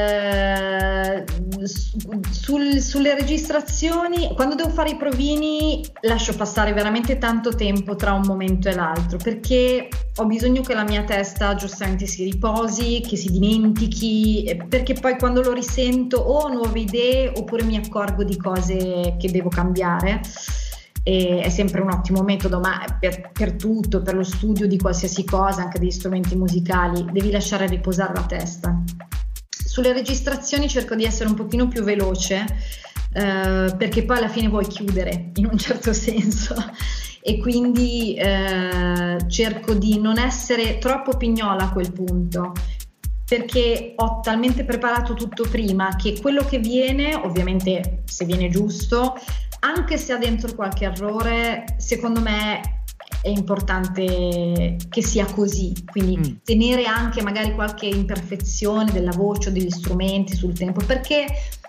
sulle registrazioni, quando devo fare i provini, lascio passare veramente tanto tempo tra un momento e l'altro, perché ho bisogno che la mia testa giustamente si riposi, che si dimentichi, perché poi quando lo risento ho nuove idee oppure mi accorgo di cose che devo cambiare. E è sempre un ottimo metodo, ma per tutto, per lo studio di qualsiasi cosa, anche degli strumenti musicali, devi lasciare riposare la testa. Sulle registrazioni cerco di essere un pochino più veloce, perché poi alla fine vuoi chiudere in un certo senso, e quindi cerco di non essere troppo pignola a quel punto, perché ho talmente preparato tutto prima che quello che viene, ovviamente se viene giusto, anche se ha dentro qualche errore, secondo me è importante che sia così, quindi tenere anche magari qualche imperfezione della voce o degli strumenti sul tempo, perché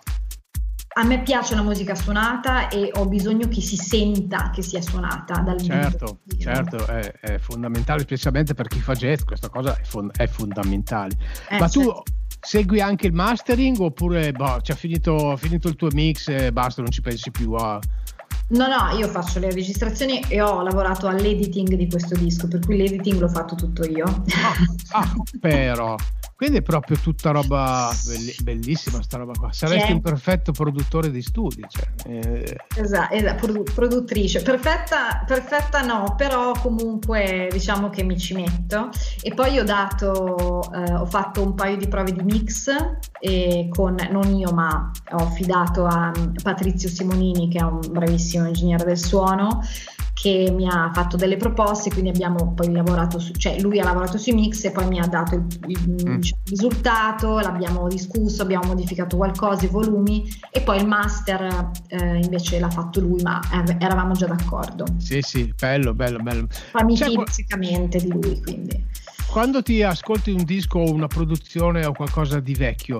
a me piace la musica suonata e ho bisogno che si senta che sia suonata dal vivo. Certo, è fondamentale, specialmente per chi fa jazz, questa cosa è fondamentale. Ma tu segui anche il mastering oppure finito il tuo mix e basta, non ci pensi più a... No, io faccio le registrazioni e ho lavorato all'editing di questo disco, per cui l'editing l'ho fatto tutto io. Però quindi è proprio tutta roba bellissima sta roba qua. Saresti un perfetto produttore di studi, esatto, produttrice perfetta no, però comunque diciamo che mi ci metto. E poi ho fatto un paio di prove di mix e non io, ma ho affidato a Patrizio Simonini, che è un bravissimo ingegnere del suono, che mi ha fatto delle proposte, quindi abbiamo poi lavorato lui ha lavorato sui mix e poi mi ha dato il risultato, l'abbiamo discusso, abbiamo modificato qualcosa, i volumi, e poi il master invece l'ha fatto lui, ma eravamo già d'accordo. Sì, bello. Poi mi fido sicuramente di lui, quindi. Quando ti ascolti un disco o una produzione o qualcosa di vecchio,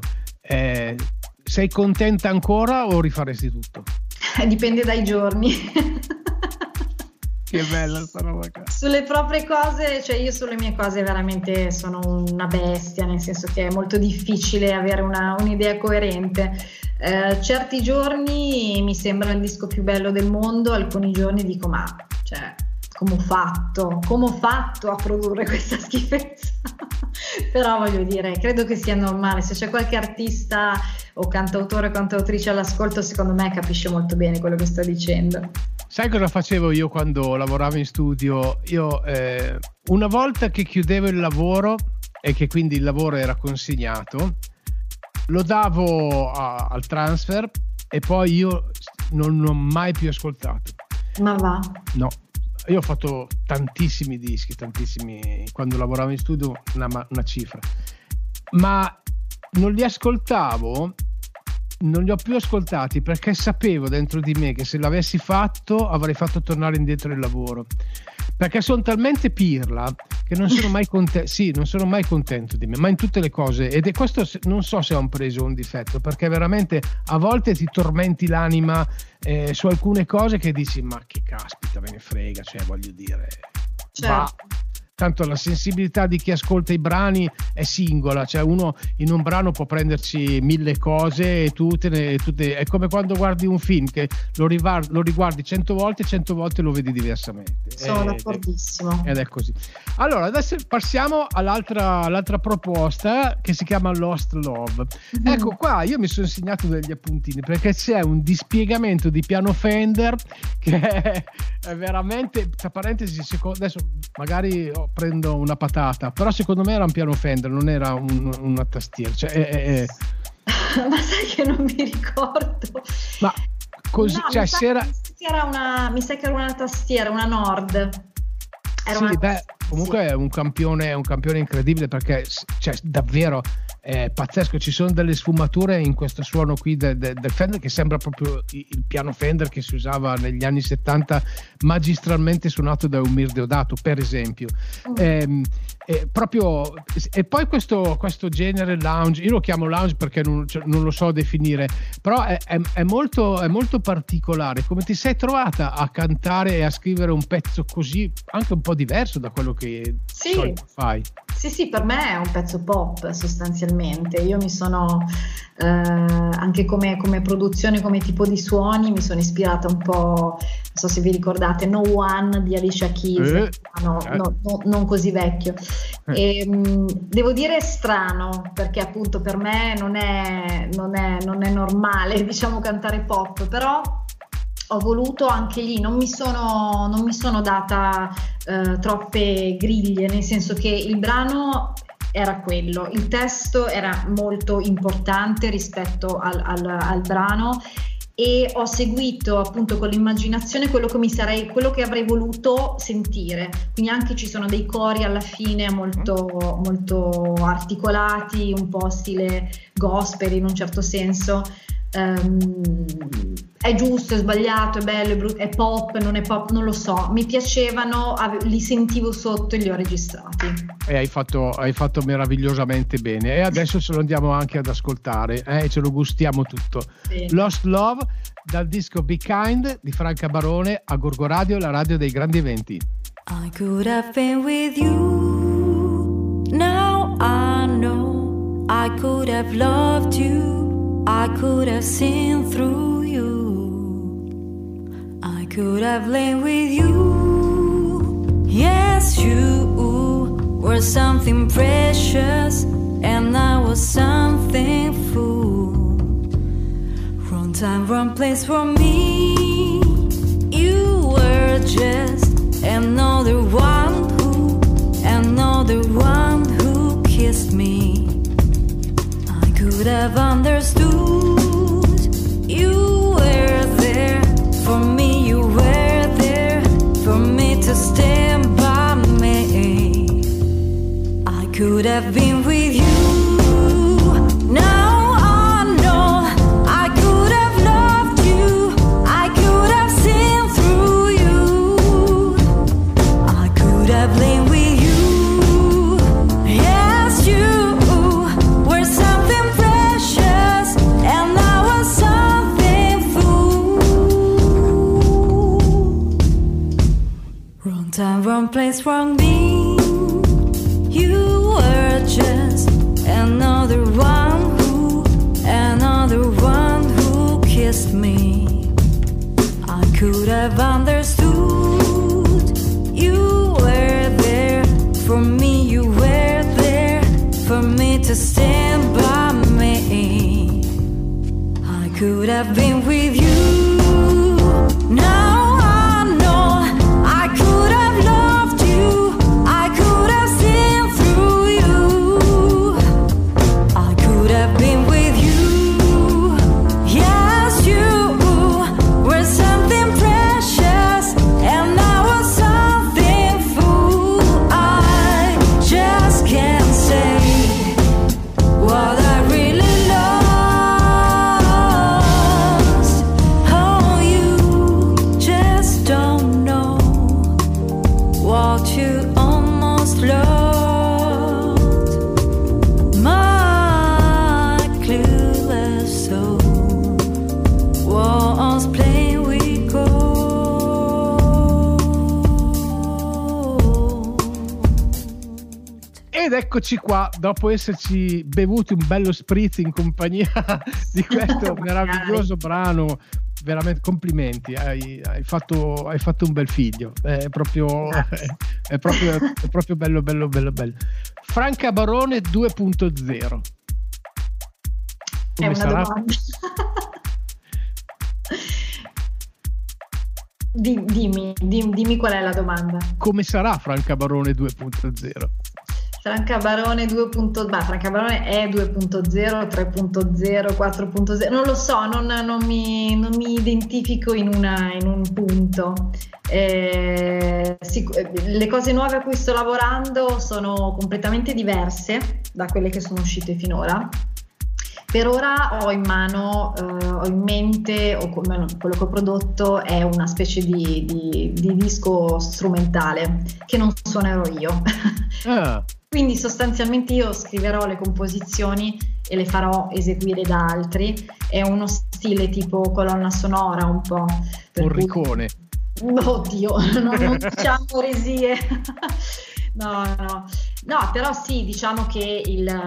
sei contenta ancora o rifaresti tutto? Dipende dai giorni. Che bella sta roba qua. Sulle proprie cose, io sulle mie cose veramente sono una bestia, nel senso che è molto difficile avere un'idea coerente. Certi giorni mi sembra il disco più bello del mondo, alcuni giorni dico come ho fatto a produrre questa schifezza. Però voglio dire, credo che sia normale, se c'è qualche artista o cantautore o cantautrice all'ascolto, secondo me capisce molto bene quello che sto dicendo. Sai cosa facevo io quando lavoravo in studio? Io una volta che chiudevo il lavoro e che quindi il lavoro era consegnato, lo davo al transfer e poi io non l'ho mai più ascoltato. Ma va? No. io ho fatto tantissimi dischi, quando lavoravo in studio, una cifra, ma non li ascoltavo, non li ho più ascoltati perché sapevo dentro di me che se l'avessi fatto avrei fatto tornare indietro il lavoro, perché sono talmente pirla che non sono mai contento. Sì, non sono mai contento di me, ma in tutte le cose, ed è questo, non so se ho un preso un difetto, perché veramente a volte ti tormenti l'anima su alcune cose che dici ma che caspita me ne frega, cioè voglio dire, va. Tanto la sensibilità di chi ascolta i brani è singola, cioè uno in un brano può prenderci 1000 cose e tutte è come quando guardi un film che lo riguardi 100 volte lo vedi diversamente. Sono d'accordissimo. Ed è così. Allora adesso passiamo all'altra proposta che si chiama Lost Love. Ecco qua io mi sono segnato degli appuntini perché c'è un dispiegamento di piano Fender che è veramente, tra parentesi, adesso magari prendo una patata, però secondo me era un piano Fender, non era una tastiera, cioè ma sai che non mi ricordo, ma così, no, cioè mi sa che era una tastiera, una Nord. Comunque è un campione incredibile, perché cioè davvero è pazzesco, ci sono delle sfumature in questo suono qui del Fender che sembra proprio il piano Fender che si usava negli anni 70, magistralmente suonato da Umir Deodato per esempio. Proprio, e poi questo genere lounge, io lo chiamo lounge perché non lo so definire, però è molto particolare. Come ti sei trovata a cantare e a scrivere un pezzo così anche un po' diverso da quello che fai? Sì, per me è un pezzo pop sostanzialmente. Io mi sono anche come produzione, come tipo di suoni, mi sono ispirata un po', non so se vi ricordate, No One di Alicia Keys, non così vecchio. E, devo dire strano, perché appunto per me non è normale, diciamo, cantare pop, però ho voluto anche lì, non mi sono data troppe griglie, nel senso che il brano era quello, il testo era molto importante rispetto al brano, e ho seguito appunto con l'immaginazione quello che avrei voluto sentire, quindi anche ci sono dei cori alla fine molto, molto articolati, un po' stile gospel in un certo senso. È giusto, è sbagliato, è bello, è brutto, è pop, non è pop, non lo so, mi piacevano, li sentivo sotto e li ho registrati. E hai fatto meravigliosamente bene, e adesso ce lo andiamo anche ad ascoltare, ce lo gustiamo tutto. Bene. Lost Love dal disco Be Kind di Franca Barone a Gorgo Radio, la radio dei grandi eventi. I could have been with you, now I know, I could have loved you, I could have seen through you, I could have lain with you. Yes, you were something precious and I was something full. Wrong time, wrong place for me. You were just another one who kissed me. I could have understood. You were there for me, you were there for me to stand by me. I could have been with you. Now I know I could have loved you, I could have seen through you, I could have lain with you. Yes, you were something precious and I was something fool. Wrong time, wrong place, wrong me. You were just another one who kissed me. I could have understood. You were there for me, you were there for me to stand by me. I could have been with you. Now I know I could have loved you, I could have seen through you, I could have been with you. Yes, you were something precious Ed eccoci qua, dopo esserci bevuti un bello spritz in compagnia di questo meraviglioso brano. Veramente complimenti, hai fatto un bel figlio, è proprio bello. Franca Barone 2.0. È una domanda. Dimmi qual è la domanda. Come sarà Franca Barone 2.0? Franca Barone 2.0, Franca Barone è 2.0, 3.0, 4.0, non lo so, non mi identifico in un punto. Le cose nuove a cui sto lavorando sono completamente diverse da quelle che sono uscite finora. Per ora ho in mente, o quello che ho prodotto è una specie di disco strumentale che non suonerò io. Quindi sostanzialmente io scriverò le composizioni e le farò eseguire da altri. È uno stile tipo colonna sonora un po'. Morricone. Oddio, non diciamo eresie. No, però sì, diciamo che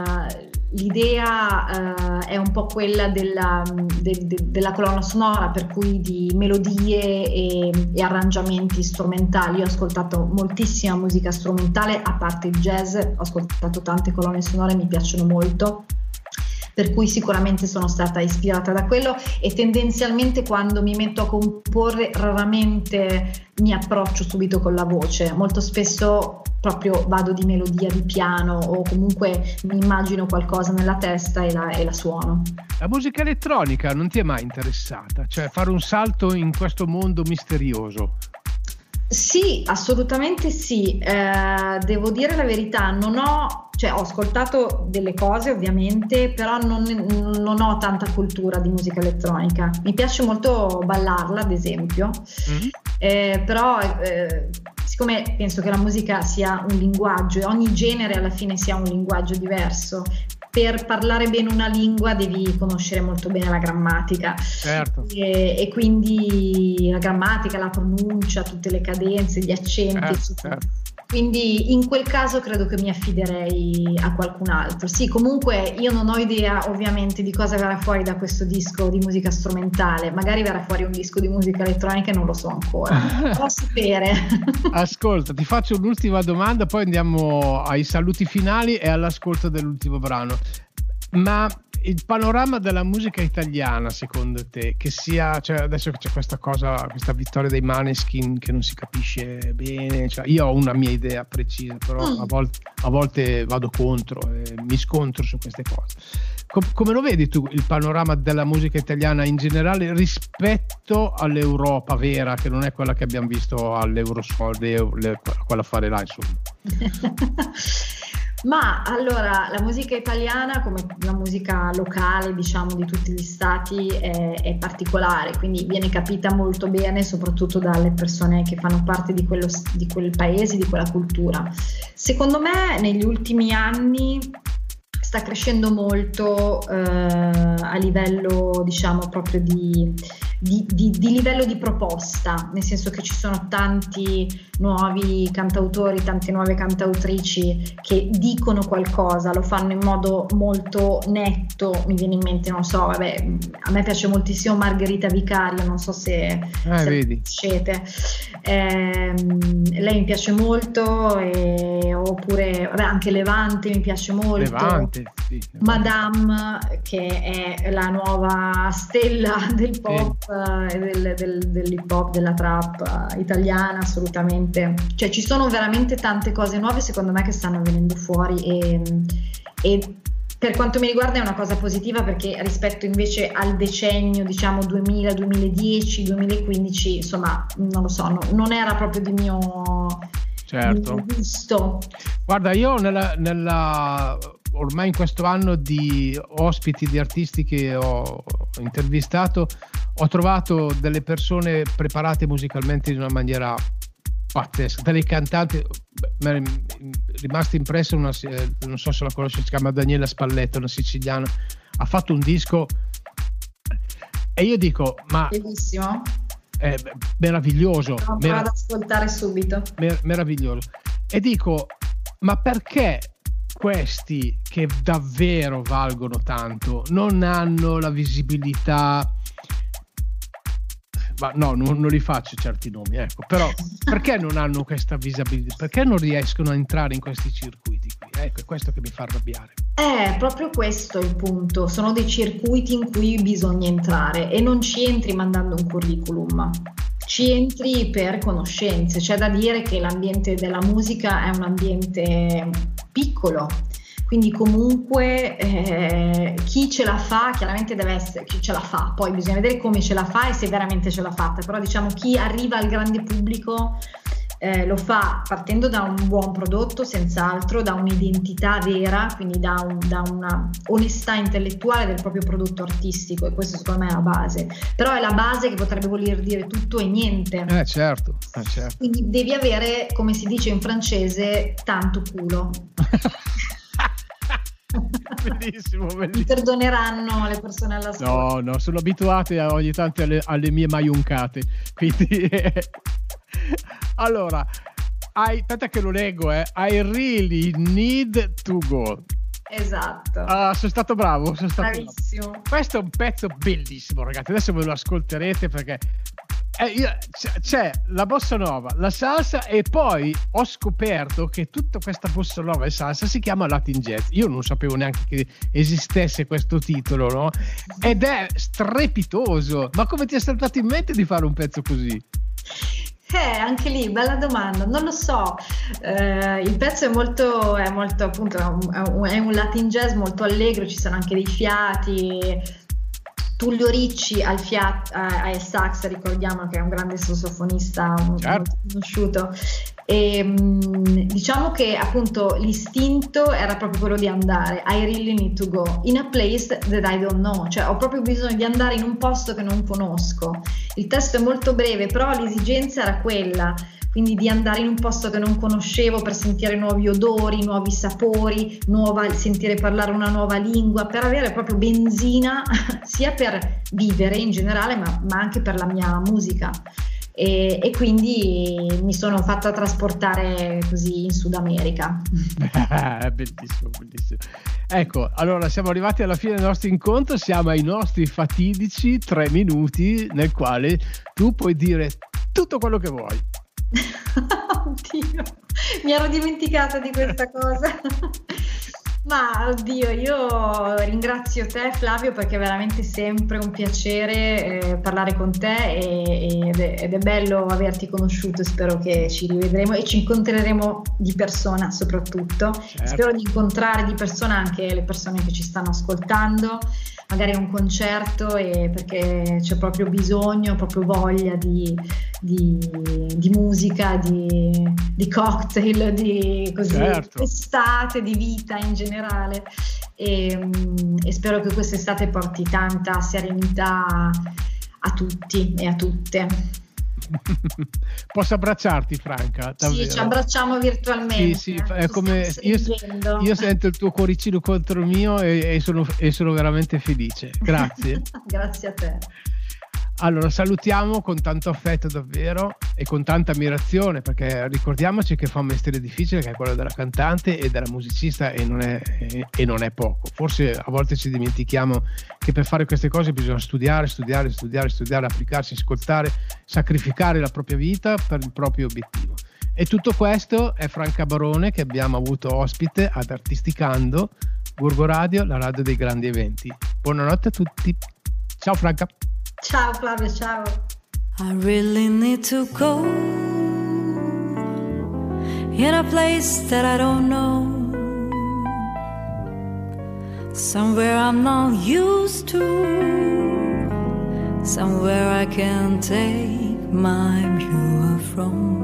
l'idea è un po' quella della colonna sonora, per cui di melodie e arrangiamenti strumentali. Io ho ascoltato moltissima musica strumentale, a parte il jazz, ho ascoltato tante colonne sonore, mi piacciono molto, per cui sicuramente sono stata ispirata da quello, e tendenzialmente quando mi metto a comporre raramente mi approccio subito con la voce, molto spesso proprio vado di melodia, di piano, o comunque mi immagino qualcosa nella testa e la suono. La musica elettronica non ti è mai interessata? Cioè fare un salto in questo mondo misterioso? Sì, assolutamente sì. Devo dire la verità, ho ascoltato delle cose ovviamente, però non ho tanta cultura di musica elettronica. Mi piace molto ballarla, ad esempio, però siccome penso che la musica sia un linguaggio e ogni genere alla fine sia un linguaggio diverso, per parlare bene una lingua devi conoscere molto bene la grammatica. Certo. E quindi la grammatica, la pronuncia, tutte le cadenze, gli accenti, certo. Quindi in quel caso credo che mi affiderei a qualcun altro. Sì, comunque io non ho idea ovviamente di cosa verrà fuori da questo disco di musica strumentale, magari verrà fuori un disco di musica elettronica e non lo so ancora, devo sapere. Ascolta, ti faccio un'ultima domanda, poi andiamo ai saluti finali e all'ascolto dell'ultimo brano. Ma il panorama della musica italiana, secondo te, che sia, cioè adesso c'è questa vittoria dei Maneskin che non si capisce bene, cioè io ho una mia idea precisa, però a volte vado contro e mi scontro su queste cose. Come lo vedi tu il panorama della musica italiana in generale rispetto all'Europa vera, che non è quella che abbiamo visto all'Eurosol, quella fare là, insomma? Ma allora, la musica italiana, come la musica locale, diciamo, di tutti gli stati, è particolare, quindi viene capita molto bene, soprattutto dalle persone che fanno parte di quel paese, di quella cultura. Secondo me, negli ultimi anni sta crescendo molto a livello, diciamo, proprio di livello di proposta, nel senso che ci sono tanti nuovi cantautori, tante nuove cantautrici che dicono qualcosa, lo fanno in modo molto netto. Mi viene in mente, non so, a me piace moltissimo Margherita Vicario, non so se conoscete. Lei mi piace molto, oppure anche Levante mi piace molto. Levante, sì. Madame, che è la nuova stella del pop, e dell'hip hop, della trap italiana, assolutamente. Cioè ci sono veramente tante cose nuove, secondo me, che stanno venendo fuori, e per quanto mi riguarda è una cosa positiva, perché rispetto invece al decennio, diciamo 2000, 2010, 2015, insomma, non lo so, non era proprio di mio gusto. Guarda, io ormai in questo anno di ospiti, di artisti che ho intervistato, ho trovato delle persone preparate musicalmente in una maniera pazzesca, delle cantanti. Mi è rimasta impressa non so se la conosci, si chiama Daniela Spalletta, una siciliana, ha fatto un disco e io dico, ma bellissimo, è meraviglioso, vado ad ascoltare subito, meraviglioso, e dico, ma perché questi che davvero valgono tanto non hanno la visibilità, ma no, non li faccio certi nomi, ecco, però perché non hanno questa visibilità? Perché non riescono a entrare in questi circuiti qui? Ecco, è questo che mi fa arrabbiare. Proprio questo è il punto, sono dei circuiti in cui bisogna entrare e non ci entri mandando un curriculum, ci entri per conoscenze. C'è da dire che l'ambiente della musica è un ambiente piccolo, quindi comunque chi ce la fa chiaramente deve essere chi ce la fa, poi bisogna vedere come ce la fa e se veramente ce l'ha fatta, però diciamo chi arriva al grande pubblico lo fa partendo da un buon prodotto, senz'altro, da un'identità vera, quindi da una onestà intellettuale del proprio prodotto artistico, e questo secondo me è la base, però è la base che potrebbe voler dire tutto e niente. Certo. Quindi devi avere, come si dice in francese, tanto culo. Bellissimo. Mi perdoneranno le persone alla scuola. No, sono abituate ogni tanto alle mie maiuncate, quindi allora aspetta che lo leggo, I really need to go. Esatto. Sono stato bravo, bravissimo. Bravo. Questo è un pezzo bellissimo, ragazzi, adesso ve lo ascolterete perché c'è la bossa nova, la salsa, e poi ho scoperto che tutta questa bossa nova e salsa si chiama Latin Jazz. Io non sapevo neanche che esistesse questo titolo, no? Ed è strepitoso. Ma come ti è saltato in mente di fare un pezzo così? Anche lì, bella domanda, non lo so. Il pezzo è molto appunto, è un Latin Jazz molto allegro, ci sono anche dei fiati. Tullio Ricci al sax, ricordiamo che è un grande sassofonista, certo, molto conosciuto, e diciamo che appunto l'istinto era proprio quello di andare, I really need to go in a place that I don't know, cioè ho proprio bisogno di andare in un posto che non conosco. Il testo è molto breve, però l'esigenza era quella, quindi di andare in un posto che non conoscevo per sentire nuovi odori, nuovi sapori, sentire parlare una nuova lingua, per avere proprio benzina sia per vivere in generale ma anche per la mia musica, e quindi mi sono fatta trasportare così in Sud America. Bellissimo. Ecco, allora siamo arrivati alla fine del nostro incontro, siamo ai nostri fatidici 3 minuti nel quale tu puoi dire tutto quello che vuoi. Oddio, mi ero dimenticata di questa cosa. Ma oddio, io ringrazio te, Flavio, perché è veramente sempre un piacere parlare con te, ed è bello averti conosciuto, e spero che ci rivedremo e ci incontreremo di persona soprattutto. Certo. Spero di incontrare di persona anche le persone che ci stanno ascoltando, magari a un concerto, perché c'è proprio bisogno, proprio voglia di musica, di cocktail, di così, certo, estate, di vita in generale, e spero che quest'estate porti tanta serenità a tutti e a tutte. Posso abbracciarti, Franca? Davvero? Sì, ci abbracciamo virtualmente. Sì, è come io sento il tuo cuoricino contro il mio e sono veramente felice. Grazie. Grazie a te. Allora, salutiamo con tanto affetto davvero e con tanta ammirazione, perché ricordiamoci che fa un mestiere difficile, che è quello della cantante e della musicista, e non è poco. Forse a volte ci dimentichiamo che per fare queste cose bisogna studiare, applicarsi, ascoltare, sacrificare la propria vita per il proprio obiettivo. E tutto questo è Franca Barone, che abbiamo avuto ospite ad Artisticando, Gorgo Radio, la radio dei grandi eventi. Buonanotte a tutti. Ciao Franca. Ciao Flavio, ciao. I really need to go in a place that I don't know, somewhere I'm not used to, somewhere I can take my view from.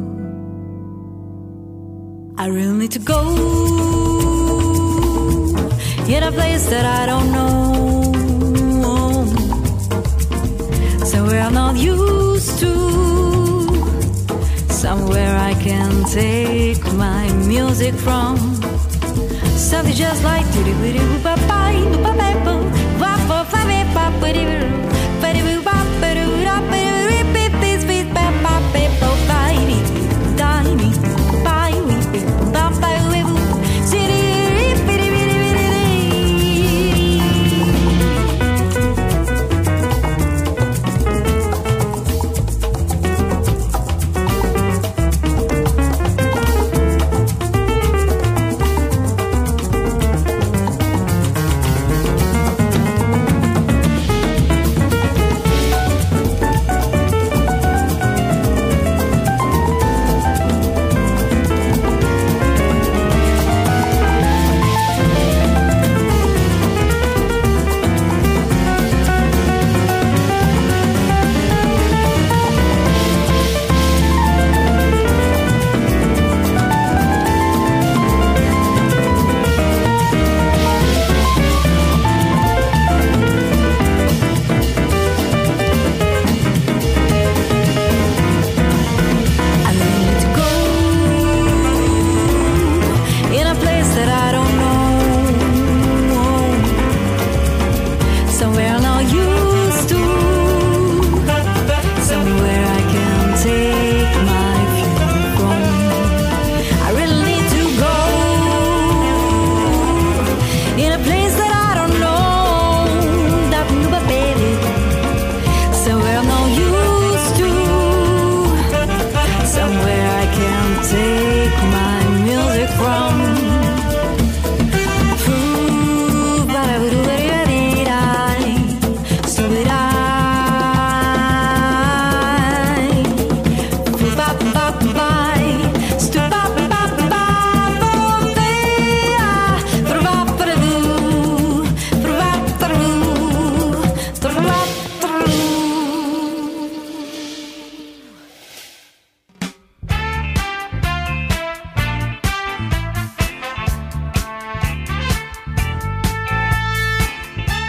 I really need to go in a place that I don't know, somewhere I'm not used to, somewhere I can take my music from. Something just like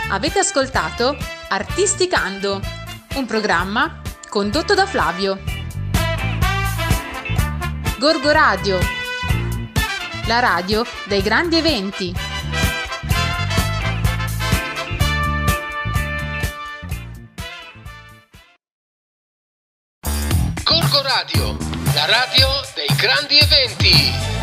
Avete ascoltato Artisticando, un programma condotto da Flavio. Gorgo Radio, la radio dei grandi eventi. Gorgo Radio, la radio dei grandi eventi.